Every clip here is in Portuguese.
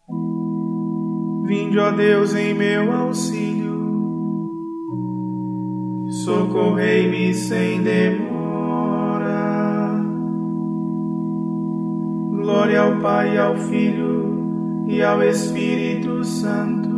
Vinde, ó Deus, em meu auxílio, socorrei-me sem demora. Glória ao Pai, ao Filho e ao Espírito Santo,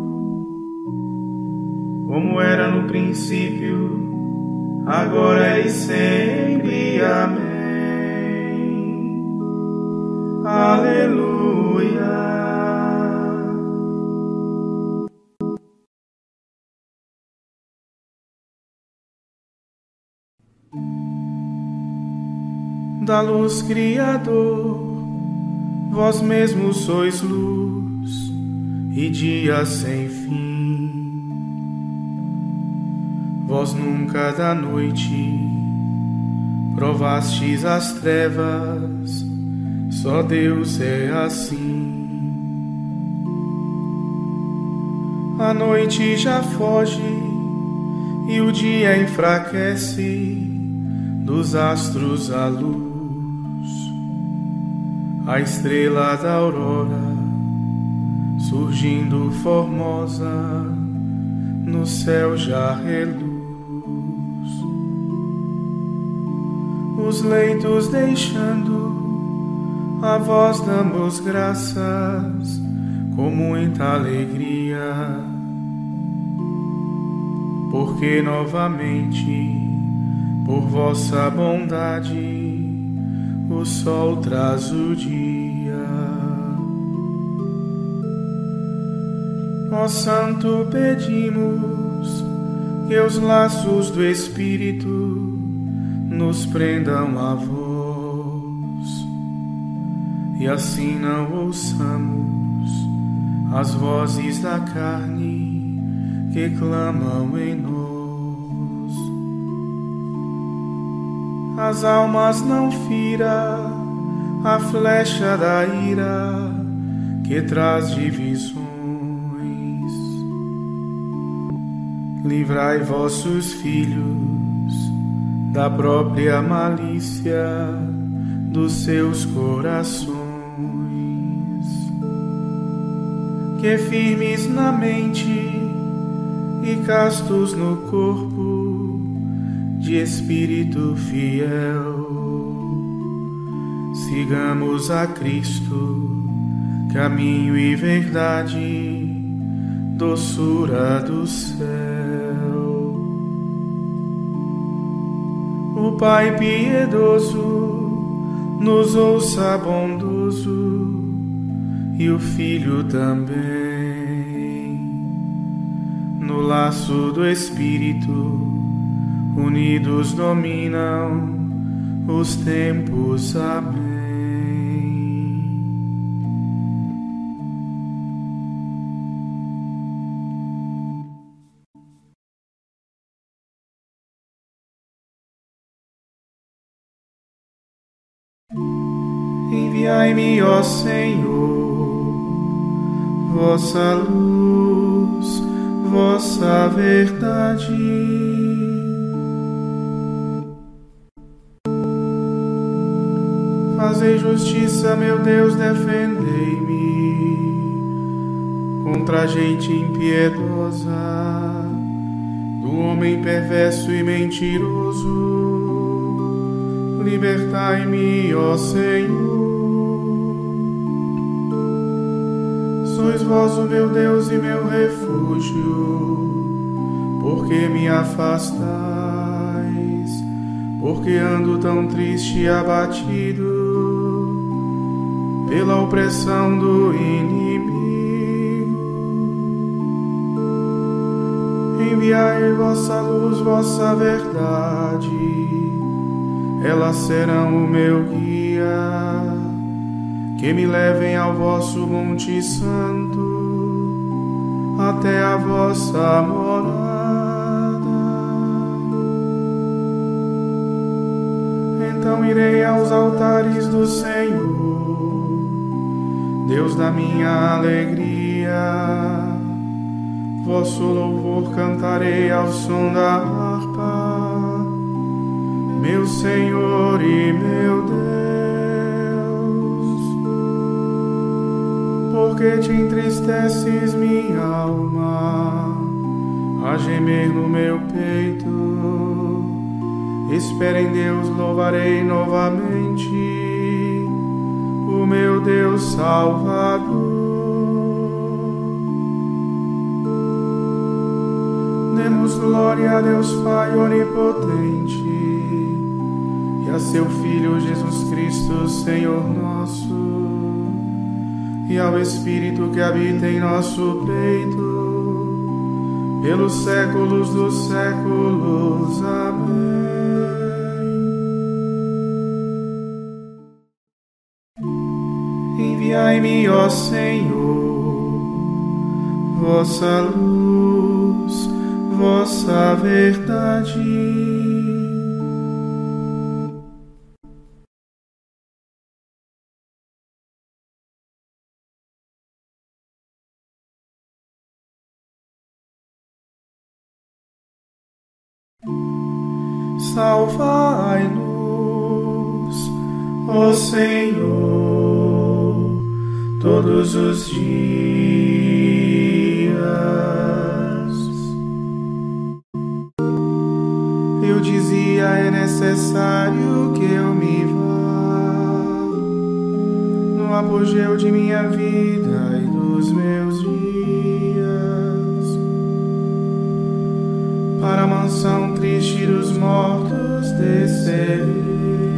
como era no princípio, agora e sempre. Amém. Aleluia. Da luz, Criador, vós mesmos sois luz e dia sem fim. Vós nunca da noite provastes as trevas, só Deus é assim. A noite já foge e o dia enfraquece, dos astros a luz, a estrela da aurora, surgindo formosa, no céu já reluz. Os leitos deixando, a vós damos graças, com muita alegria, porque novamente, por vossa bondade, o sol traz o dia. Ó Santo, pedimos que os laços do Espírito nos prendam a vós, e assim não ouçamos as vozes da carne que clamam em nós. As almas não fira a flecha da ira que traz divisões. Livrai vossos filhos da própria malícia dos seus corações, que firmes na mente e castos no corpo, de espírito fiel, sigamos a Cristo, caminho e verdade, doçura do céu. O Pai piedoso nos ouça bondoso, e o Filho também. No laço do Espírito, unidos dominam os tempos. Amém. Enviai-me, ó Senhor, vossa luz, vossa verdade. Fazei justiça, meu Deus, defendei-me contra a gente impiedosa, do homem perverso e mentiroso. Libertai-me, ó Senhor. Sois vós o meu Deus e meu refúgio, porque me afastais, porque ando tão triste e abatido pela opressão do inimigo. Enviai vossa luz, vossa verdade, elas serão o meu guia, que me levem ao vosso Monte Santo, até a vossa morada. Então irei aos altares do Senhor, Deus da minha alegria. Vosso louvor cantarei ao som da harpa, meu Senhor e meu Deus. que te entristeces minha alma, a gemer no meu peito? Espera em Deus, louvarei novamente o meu Deus Salvador. Demos glória a Deus Pai onipotente e a seu Filho Jesus Cristo, Senhor nosso, e ao Espírito que habita em nosso peito, pelos séculos dos séculos. Amém. Enviai-me, ó Senhor, vossa luz, vossa verdade. Salvai-nos, ó Senhor, todos os dias. Eu dizia, é necessário que eu me vá, no apogeu de minha vida e dos meus dias, para a mansão triste dos mortos descerei,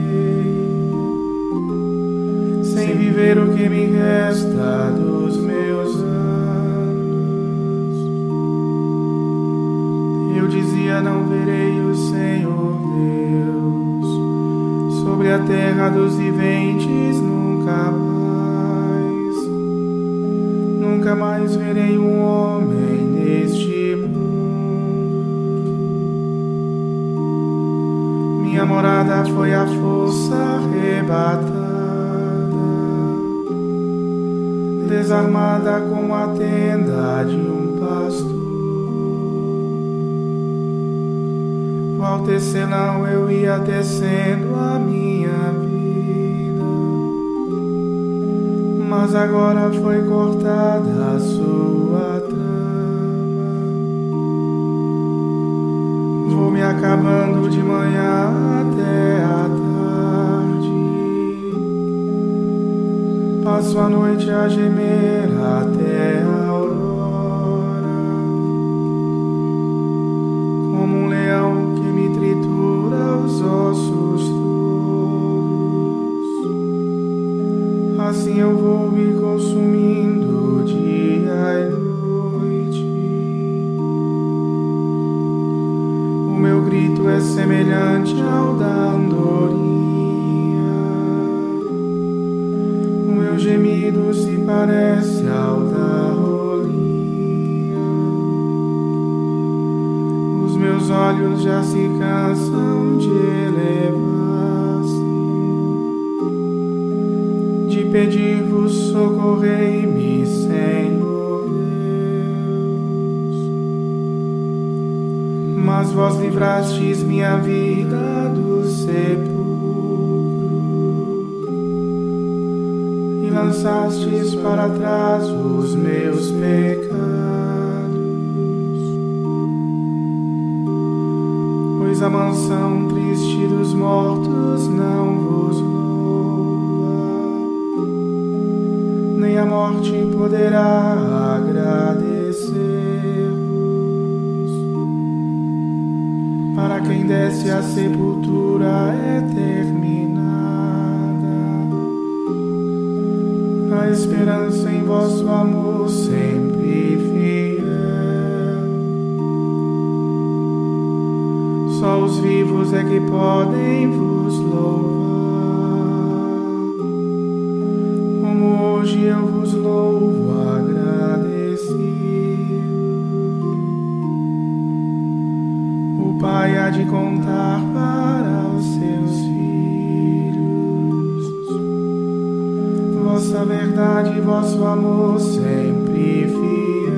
sem viver o que me resta dos meus anos. Eu dizia, não verei o Senhor Deus sobre a terra dos viventes nunca mais. Nunca mais verei um homem neste mundo. Minha morada foi a força arrebatada, desarmada como a tenda de um pastor. Qual tecelão eu ia tecendo a minha vida, mas agora foi cortada a sua trama. Vou me acabando de manhã até a tarde, passo a noite a gemer até a aurora, como um leão que me tritura os ossos todos. Assim eu vou me consumindo dia e noite. O meu grito é semelhante ao da andorinha, o meu gemido se parece ao da rolinha. Os meus olhos já se cansam de elevar-se, de pedir-vos socorrei-me, Senhor Deus. Mas vós livrastes minha vida do sepulcro e lançastes para trás os meus pecados. Pois a mansão triste dos mortos não vos louva, nem a morte poderá agradecer-vos. Para quem desce a sepultura é terminada, a esperança em vosso amor sempre fiel. Só os vivos é que podem vos louvar, como hoje eu vos louvo agradecido. O Pai há de contar para os seus filhos vossa verdade e vosso amor sempre fiel.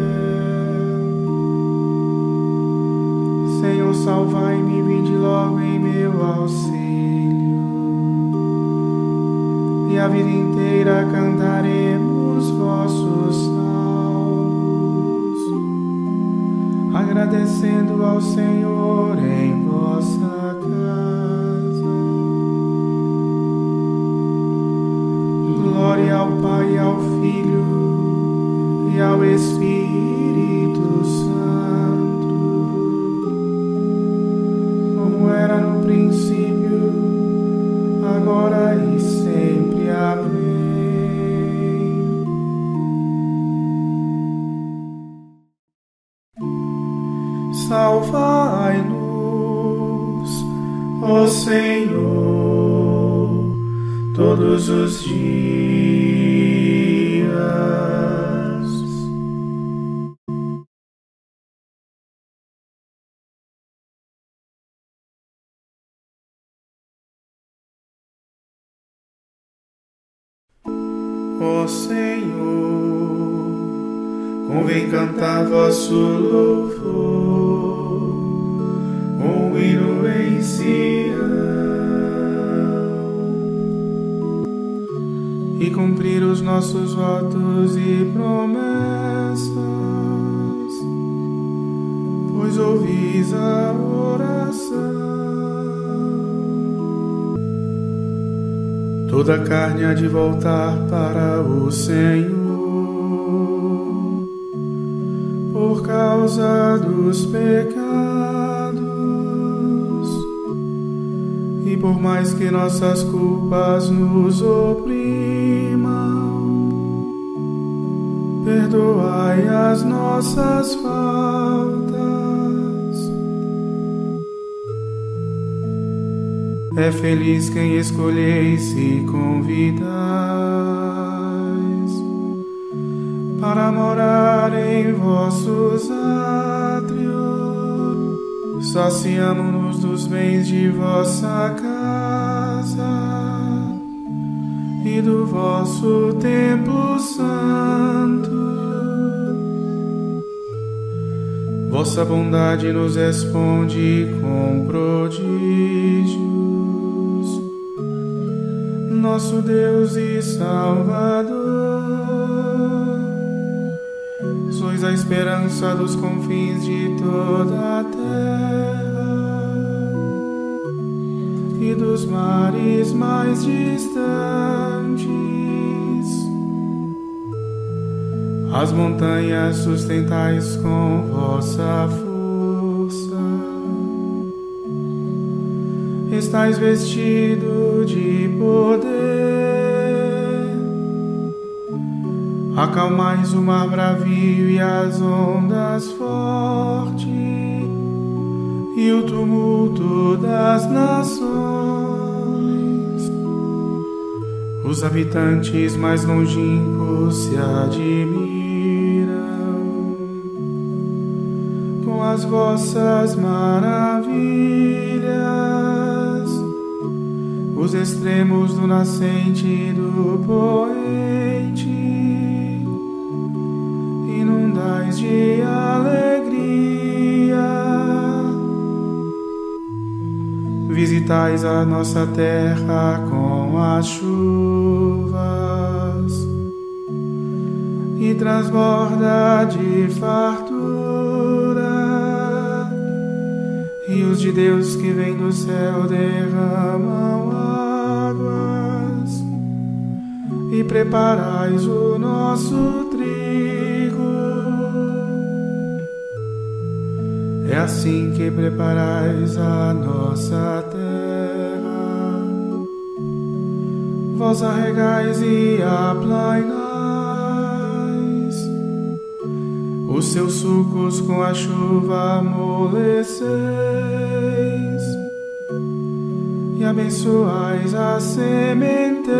Senhor, salvai-me, vinde logo em meu auxílio, e a vida inteira cantaremos vossos agradecendo ao Senhor em vossa casa. Glória ao Pai, ao Filho e ao Espírito Santo, como era no princípio, agora e sempre. Amém. Salvai-nos, ó Senhor, todos os dias. Ó Senhor, convém cantar vosso louvor, um hino em Sião, e cumprir os nossos votos e promessas, pois ouvis a oração. Toda a carne há de voltar para o Senhor, por causa dos pecados, e por mais que nossas culpas nos oprimam, perdoai as nossas faltas. É feliz quem escolheis e convidais para morar em vossos átrios. Saciamo-nos dos bens de vossa casa e do vosso templo santo. Vossa bondade nos responde com prodígios, nosso Deus e Salvador. Sois a esperança dos confins de toda a terra e dos mares mais distantes. As montanhas sustentais com vossa força. Estais vestido de poder. Acalmais o mar bravio e as ondas fortes e o tumulto das nações. Os habitantes mais longínquos se admiram com as vossas maravilhas. Os extremos do nascente e do poente inundais de alegria. Visitais a nossa terra com as chuvas e transborda de fartura. Rios de Deus que vêm do céu derramam águas e preparais o nosso trigo. É assim que preparais a nossa terra. Vós arregais e aplainais os seus sucos com a chuva amoleceis e abençoais as sementeiras.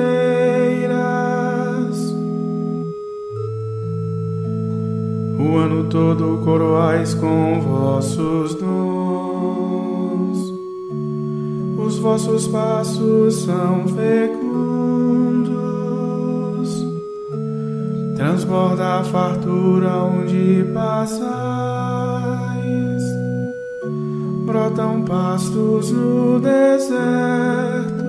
O ano todo coroais com vossos dons. Os vossos passos são fecundos. Transborda a fartura onde passais. Brotam pastos no deserto.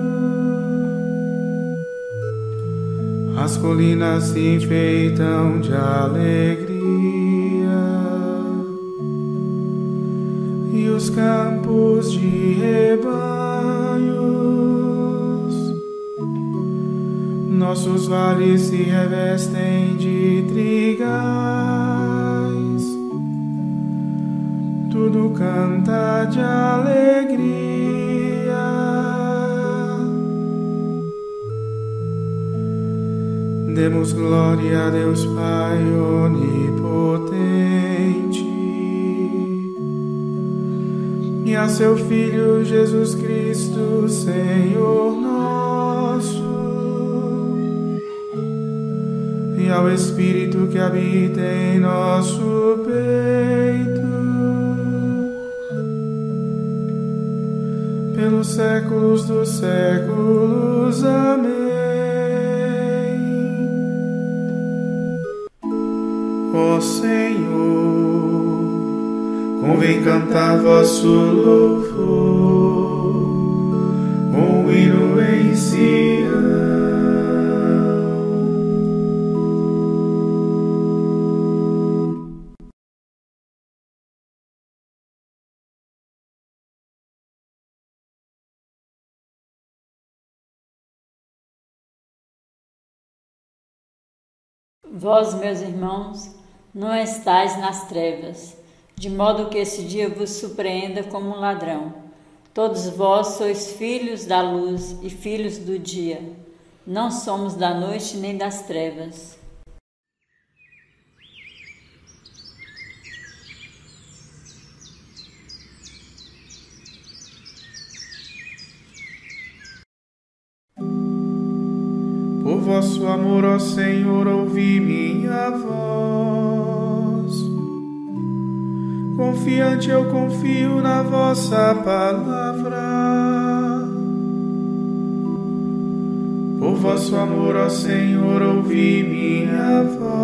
As colinas se enfeitam de alegria. nossos campos de rebanhos, nossos vales se revestem de trigais, tudo canta de alegria. Demos glória a Deus Pai onipotente e a seu Filho Jesus Cristo, Senhor nosso, e ao Espírito que habita em nosso peito, pelos séculos dos séculos. Amém. Ó Senhor, convém cantar vosso louvor com o hino em Sião. Vós, meus irmãos, não estais nas trevas, de modo que esse dia vos surpreenda como um ladrão. Todos vós sois filhos da luz e filhos do dia. Não somos da noite nem das trevas. Por vosso amor, ó Senhor, ouvi minha voz. Confiante eu confio na vossa palavra. Por vosso amor, ó Senhor, ouvi minha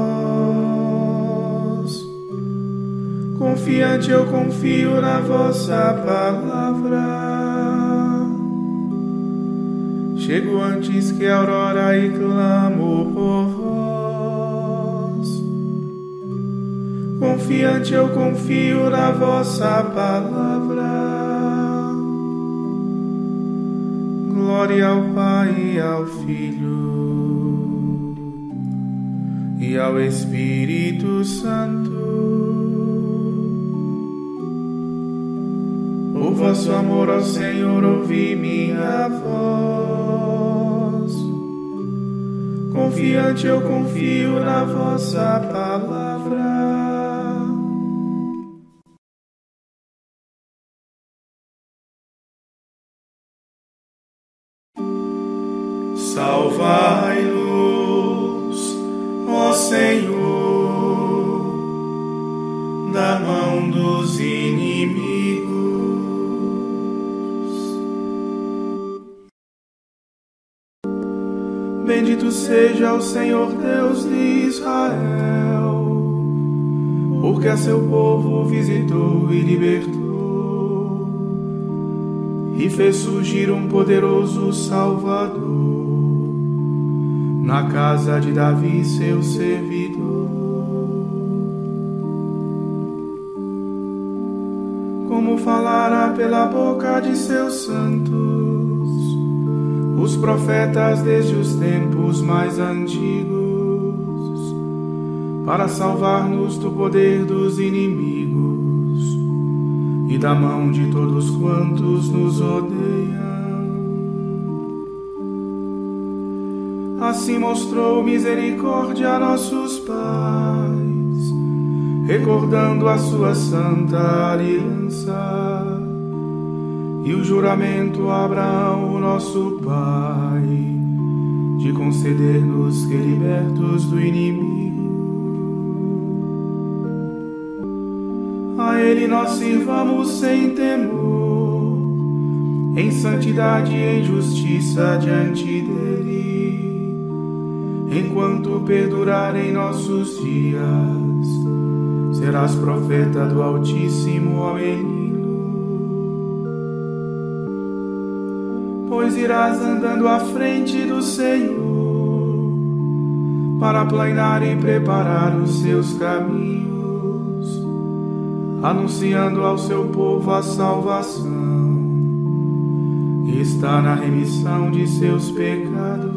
voz. Confiante eu confio na vossa palavra. Chego antes que a aurora e clamo por vós. Confiante eu confio na vossa palavra. Glória ao Pai e ao Filho e ao Espírito Santo. Por vosso amor, ó Senhor, ouvi minha voz. Confiante eu confio na vossa palavra. Salvai-nos, ó Senhor, da mão dos inimigos. Bendito seja o Senhor Deus de Israel, porque a seu povo visitou e libertou, e fez surgir um poderoso Salvador na casa de Davi, seu servidor. Como falara pela boca de seus santos os profetas desde os tempos mais antigos, para salvar-nos do poder dos inimigos e da mão de todos quantos nos odeiam. Assim mostrou misericórdia a nossos pais, recordando a sua santa aliança e o juramento a Abraão, o nosso pai, de conceder-nos que, libertos do inimigo, a ele nós sirvamos sem temor, em santidade e em justiça diante dele, enquanto perdurarem nossos dias. Serás profeta do Altíssimo, ó menino, pois irás andando à frente do Senhor, para aplanar e preparar os seus caminhos, anunciando ao seu povo a salvação. Está na remissão de seus pecados.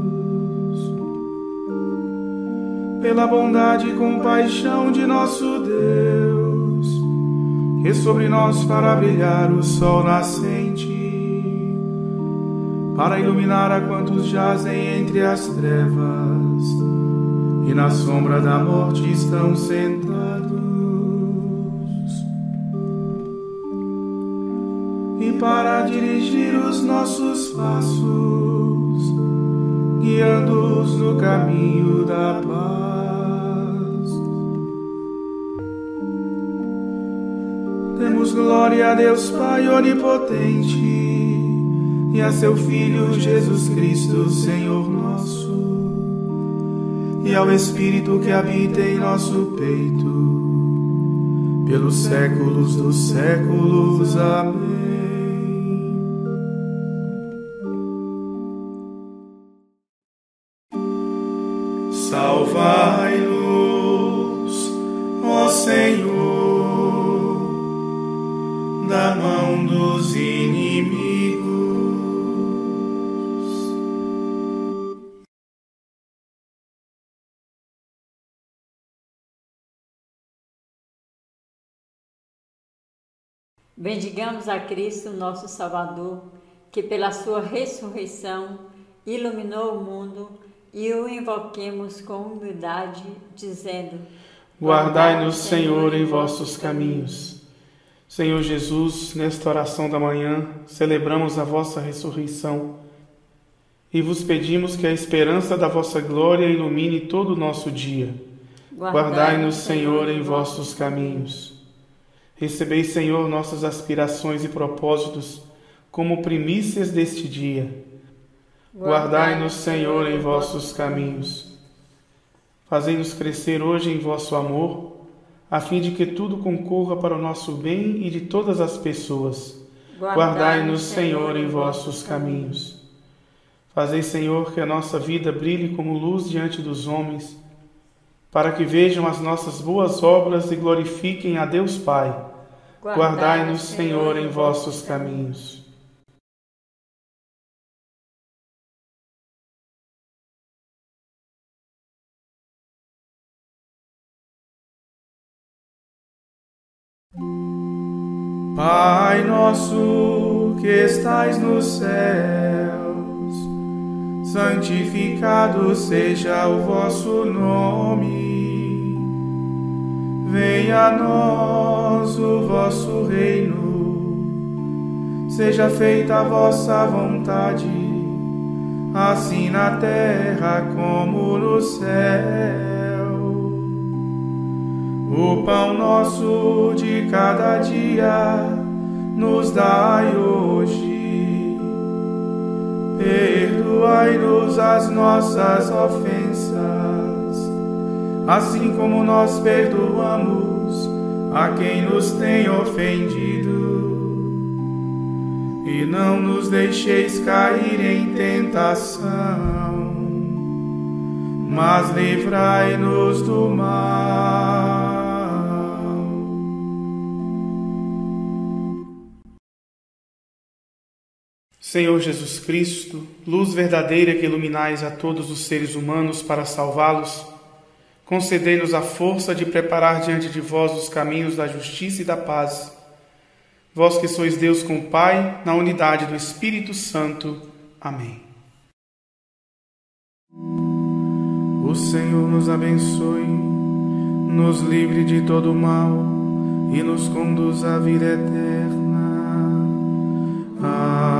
Pela bondade e compaixão de nosso Deus, que sobre nós fará brilhar o sol nascente, para iluminar a quantos jazem entre as trevas e na sombra da morte estão sentados, e para dirigir os nossos passos, guiando-os no caminho da paz. Demos glória a Deus Pai onipotente e a seu Filho Jesus Cristo, Senhor nosso, e ao Espírito que habita em nosso peito, pelos séculos dos séculos. Amém. Salvai-nos, ó Senhor, da mão dos inimigos. Bendigamos a Cristo, nosso Salvador, que pela sua ressurreição iluminou o mundo, e o invoquemos com humildade, dizendo: Guardai-nos, Senhor, em vossos caminhos. Senhor Jesus, nesta oração da manhã, celebramos a vossa ressurreição e vos pedimos que a esperança da vossa glória ilumine todo o nosso dia. Guardai-nos, Senhor, em vossos caminhos. Recebei, Senhor, nossas aspirações e propósitos como primícias deste dia. Guardai-nos, Senhor, em vossos caminhos. Fazei-nos crescer hoje em vosso amor, a fim de que tudo concorra para o nosso bem e de todas as pessoas. Guardai-nos, Senhor, em vossos caminhos. Fazei, Senhor, que a nossa vida brilhe como luz diante dos homens, para que vejam as nossas boas obras e glorifiquem a Deus Pai. Guardai-nos, Senhor, em vossos caminhos. Pai nosso que estais nos céus, santificado seja o vosso nome. Venha a nós o vosso reino, seja feita a vossa vontade, assim na terra como no céu. O pão nosso de cada dia nos dai hoje. Perdoai-nos as nossas ofensas, assim como nós perdoamos a quem nos tem ofendido. E não nos deixeis cair em tentação, mas livrai-nos do mal. Senhor Jesus Cristo, luz verdadeira que iluminais a todos os seres humanos para salvá-los, concedei-nos a força de preparar diante de vós os caminhos da justiça e da paz. Vós que sois Deus com o Pai, na unidade do Espírito Santo. Amém. O Senhor nos abençoe, nos livre de todo mal e nos conduz à vida eterna. Amém.